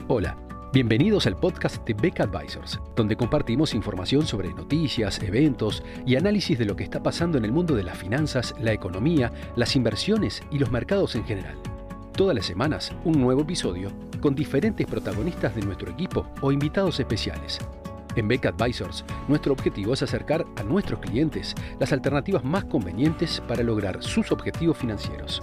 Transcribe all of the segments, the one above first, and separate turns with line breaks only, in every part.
Hola, bienvenidos al podcast de Beck Advisors, donde compartimos información sobre noticias, eventos y análisis de lo que está pasando en el mundo de las finanzas, la economía, las inversiones y los mercados en general. Todas las semanas, un nuevo episodio con diferentes protagonistas de nuestro equipo o invitados especiales. En Beck Advisors, nuestro objetivo es acercar a nuestros clientes las alternativas más convenientes para lograr sus objetivos financieros.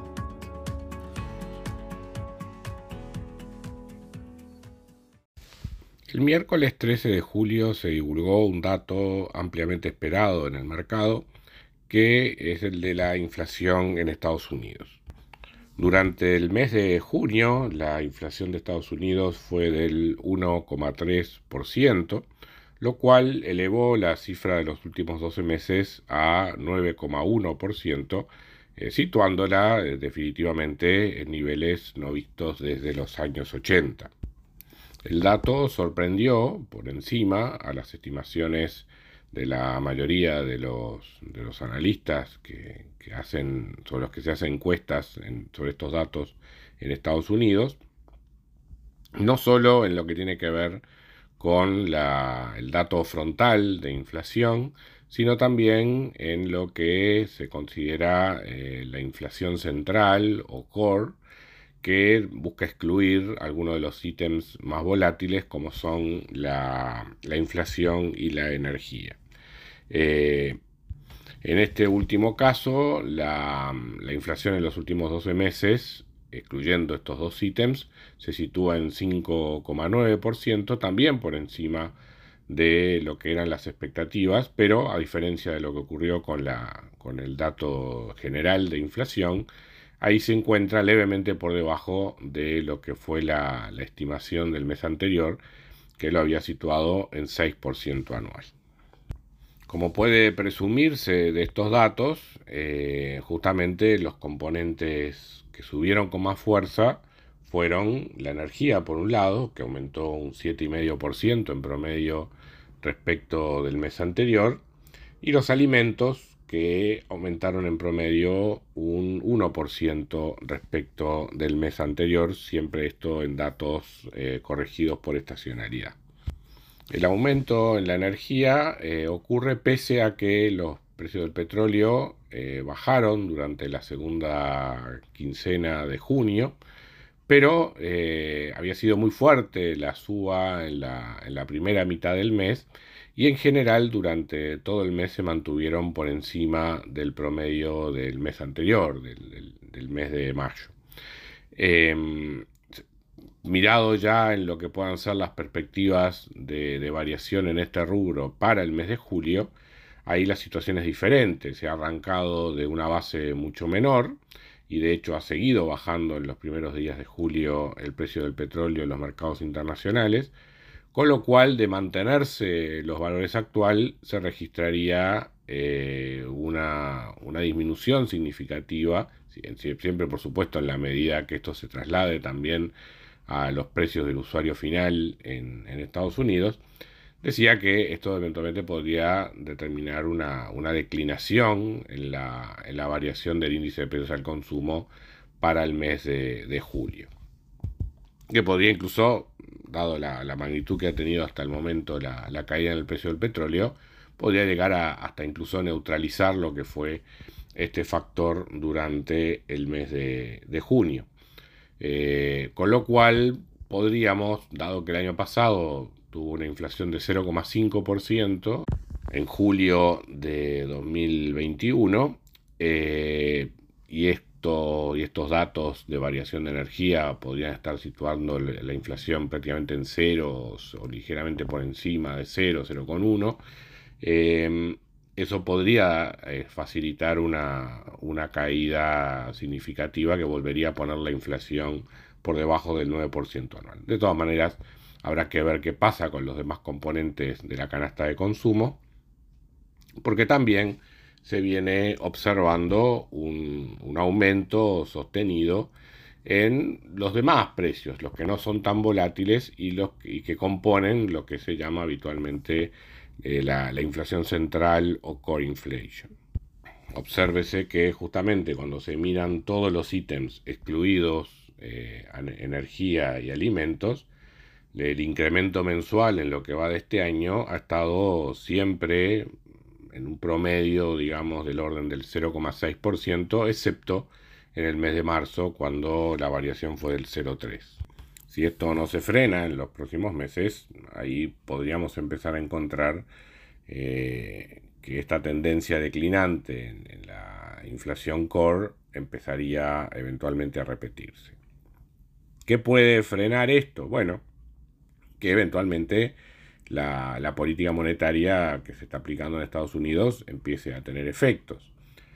El miércoles 13 de julio se divulgó un dato ampliamente esperado en el mercado, que es el de la inflación en Estados Unidos. Durante el mes de junio, la inflación de Estados Unidos fue del 1,3%, lo cual elevó la cifra de los últimos 12 meses a 9,1%, situándola definitivamente en niveles no vistos desde los años 80. El dato sorprendió por encima a las estimaciones de la mayoría de los analistas sobre los que se hacen encuestas sobre estos datos en Estados Unidos, no solo en lo que tiene que ver con el dato frontal de inflación, sino también en lo que se considera la inflación central o core, que busca excluir algunos de los ítems más volátiles como son la inflación y la energía. En este último caso, la inflación en los últimos 12 meses, excluyendo estos dos ítems, se sitúa en 5,9%, también por encima de lo que eran las expectativas, pero a diferencia de lo que ocurrió con el dato general de inflación, ahí se encuentra levemente por debajo de lo que fue la estimación del mes anterior, que lo había situado en 6% anual. Como puede presumirse de estos datos, justamente los componentes que subieron con más fuerza fueron la energía, por un lado, que aumentó un 7,5% en promedio respecto del mes anterior, y los alimentos, que aumentaron en promedio un 1% respecto del mes anterior, siempre esto en datos corregidos por estacionalidad. El aumento en la energía ocurre pese a que los precios del petróleo bajaron durante la segunda quincena de junio, pero había sido muy fuerte la suba en la primera mitad del mes, y en general durante todo el mes se mantuvieron por encima del promedio del mes anterior, del mes de mayo. Mirado ya en lo que puedan ser las perspectivas de variación en este rubro para el mes de julio, ahí la situación es diferente. Se ha arrancado de una base mucho menor y de hecho ha seguido bajando en los primeros días de julio el precio del petróleo en los mercados internacionales, con lo cual, de mantenerse los valores actuales, se registraría una disminución significativa, siempre por supuesto en la medida que esto se traslade también a los precios del usuario final en Estados Unidos. Decía que esto eventualmente podría determinar una declinación en la variación del índice de precios al consumo para el mes de julio, que podría incluso, dado la magnitud que ha tenido hasta el momento la caída en el precio del petróleo, podría llegar hasta incluso neutralizar lo que fue este factor durante el mes de junio. Con lo cual podríamos, dado que el año pasado tuvo una inflación de 0,5% en julio de 2021, y estos datos de variación de energía podrían estar situando la inflación prácticamente en cero o ligeramente por encima de 0,1. Eso podría facilitar una caída significativa que volvería a poner la inflación por debajo del 9% anual. De todas maneras, habrá que ver qué pasa con los demás componentes de la canasta de consumo, porque también se viene observando un aumento sostenido en los demás precios, los que no son tan volátiles y que componen lo que se llama habitualmente la inflación central o core inflation. Obsérvese que justamente cuando se miran todos los ítems excluidos energía y alimentos, el incremento mensual en lo que va de este año ha estado siempre en un promedio, digamos, del orden del 0,6%, excepto en el mes de marzo, cuando la variación fue del 0,3%. Si esto no se frena en los próximos meses, ahí podríamos empezar a encontrar que esta tendencia declinante en la inflación core empezaría eventualmente a repetirse. ¿Qué puede frenar esto? Bueno, que eventualmente la política monetaria que se está aplicando en Estados Unidos empiece a tener efectos.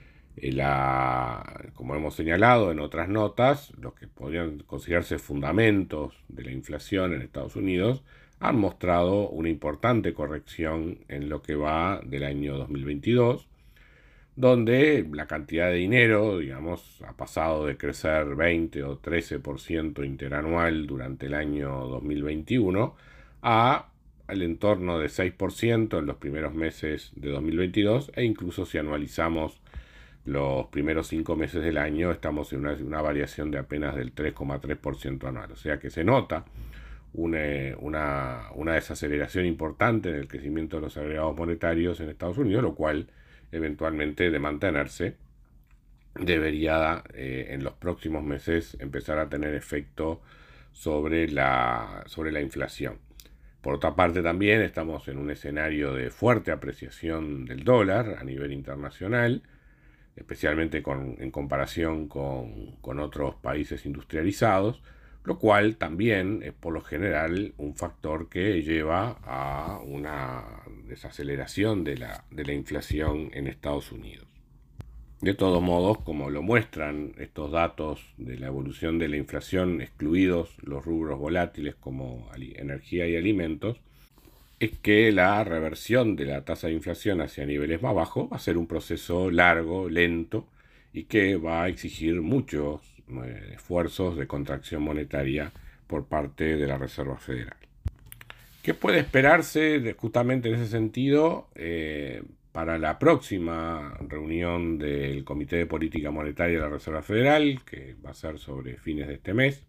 Como hemos señalado en otras notas, los que podrían considerarse fundamentos de la inflación en Estados Unidos han mostrado una importante corrección en lo que va del año 2022, donde la cantidad de dinero, digamos, ha pasado de crecer 20 o 13% interanual durante el año 2021 al entorno de 6% en los primeros meses de 2022, e incluso si anualizamos los primeros 5 meses del año estamos en una variación de apenas del 3,3% anual. O sea que se nota una desaceleración importante en el crecimiento de los agregados monetarios en Estados Unidos, lo cual eventualmente, de mantenerse, debería en los próximos meses empezar a tener efecto sobre la inflación. Por otra parte, también estamos en un escenario de fuerte apreciación del dólar a nivel internacional, especialmente en comparación con otros países industrializados, lo cual también es por lo general un factor que lleva a una desaceleración de la inflación en Estados Unidos. De todos modos, como lo muestran estos datos de la evolución de la inflación, excluidos los rubros volátiles como energía y alimentos, es que la reversión de la tasa de inflación hacia niveles más bajos va a ser un proceso largo, lento, y que va a exigir muchos esfuerzos de contracción monetaria por parte de la Reserva Federal. ¿Qué puede esperarse justamente en ese sentido para la próxima reunión del Comité de Política Monetaria de la Reserva Federal, que va a ser sobre fines de este mes?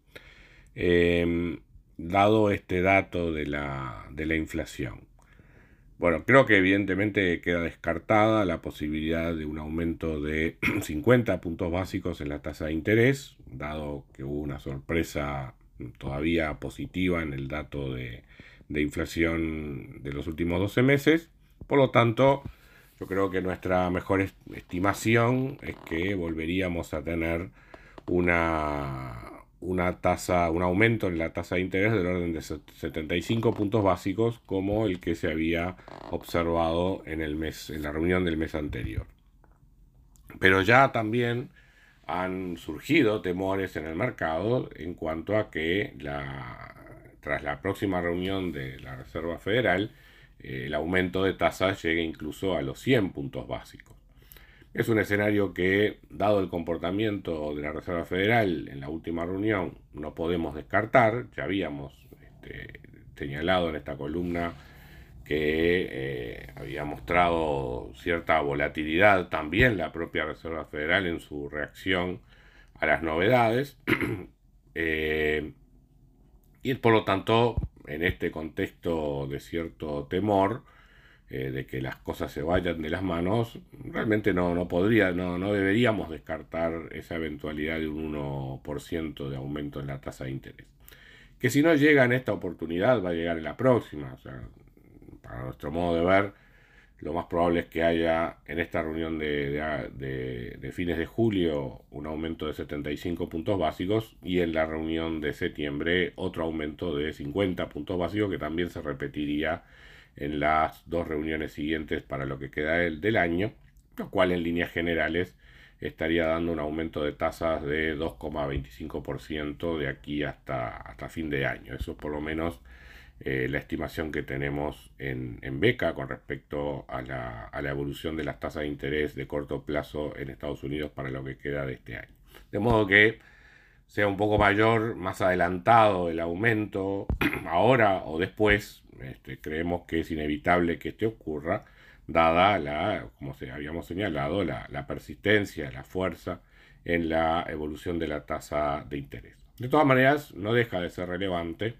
Dado este dato de la inflación. Bueno, creo que evidentemente queda descartada la posibilidad de un aumento de 50 puntos básicos en la tasa de interés, dado que hubo una sorpresa todavía positiva en el dato de inflación de los últimos 12 meses. Por lo tanto, yo creo que nuestra mejor estimación es que volveríamos a tener un aumento en la tasa de interés del orden de 75 puntos básicos, como el que se había observado en la reunión del mes anterior. Pero ya también han surgido temores en el mercado en cuanto a que tras la próxima reunión de la Reserva Federal, el aumento de tasas llegue incluso a los 100 puntos básicos. Es un escenario que, dado el comportamiento de la Reserva Federal en la última reunión, no podemos descartar. Ya habíamos señalado en esta columna que había mostrado cierta volatilidad también la propia Reserva Federal en su reacción a las novedades. Y por lo tanto, en este contexto de cierto temor, de que las cosas se vayan de las manos, realmente no deberíamos descartar esa eventualidad de un 1% de aumento en la tasa de interés. Que si no llega en esta oportunidad, va a llegar en la próxima. O sea, para nuestro modo de ver, lo más probable es que haya en esta reunión de fines de julio un aumento de 75 puntos básicos, y en la reunión de septiembre otro aumento de 50 puntos básicos, que también se repetiría en las dos reuniones siguientes para lo que queda del año, lo cual en líneas generales estaría dando un aumento de tasas de 2,25% de aquí hasta fin de año. Eso es por lo menos la estimación que tenemos en Beca con respecto a la evolución de las tasas de interés de corto plazo en Estados Unidos para lo que queda de este año. De modo que sea un poco mayor, más adelantado el aumento, ahora o después, creemos que es inevitable que este ocurra, dada como habíamos señalado, la persistencia, la fuerza en la evolución de la tasa de interés. De todas maneras, no deja de ser relevante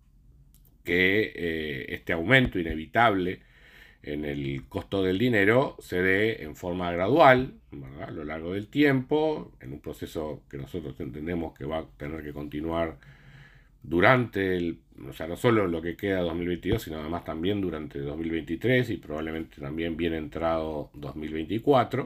que este aumento inevitable en el costo del dinero se dé en forma gradual, ¿verdad?, a lo largo del tiempo, en un proceso que nosotros entendemos que va a tener que continuar durante o sea, no solo lo que queda de 2022, sino además también durante 2023 y probablemente también bien entrado 2024,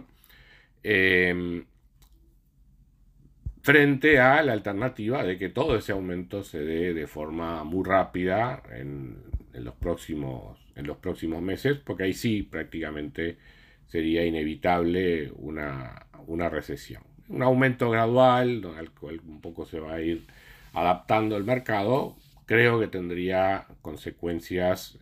frente a la alternativa de que todo ese aumento se dé de forma muy rápida en los próximos meses, porque ahí sí prácticamente sería inevitable una recesión. Un aumento gradual, al cual un poco se va a ir adaptando el mercado, creo que tendría consecuencias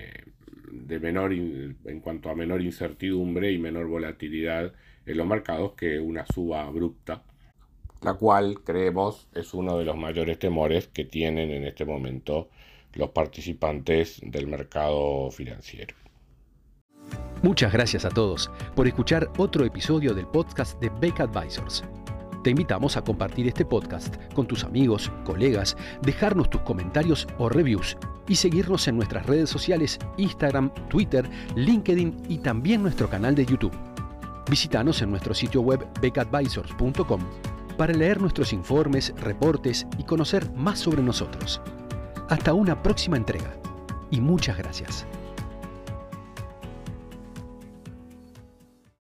en cuanto a menor incertidumbre y menor volatilidad en los mercados que una suba abrupta, la cual creemos es uno de los mayores temores que tienen en este momento los participantes del mercado financiero.
Muchas gracias a todos por escuchar otro episodio del podcast de Beck Advisors. Te invitamos a compartir este podcast con tus amigos, colegas, dejarnos tus comentarios o reviews y seguirnos en nuestras redes sociales Instagram, Twitter, LinkedIn y también nuestro canal de YouTube. Visítanos en nuestro sitio web beckadvisors.com para leer nuestros informes, reportes y conocer más sobre nosotros. Hasta una próxima entrega y muchas gracias.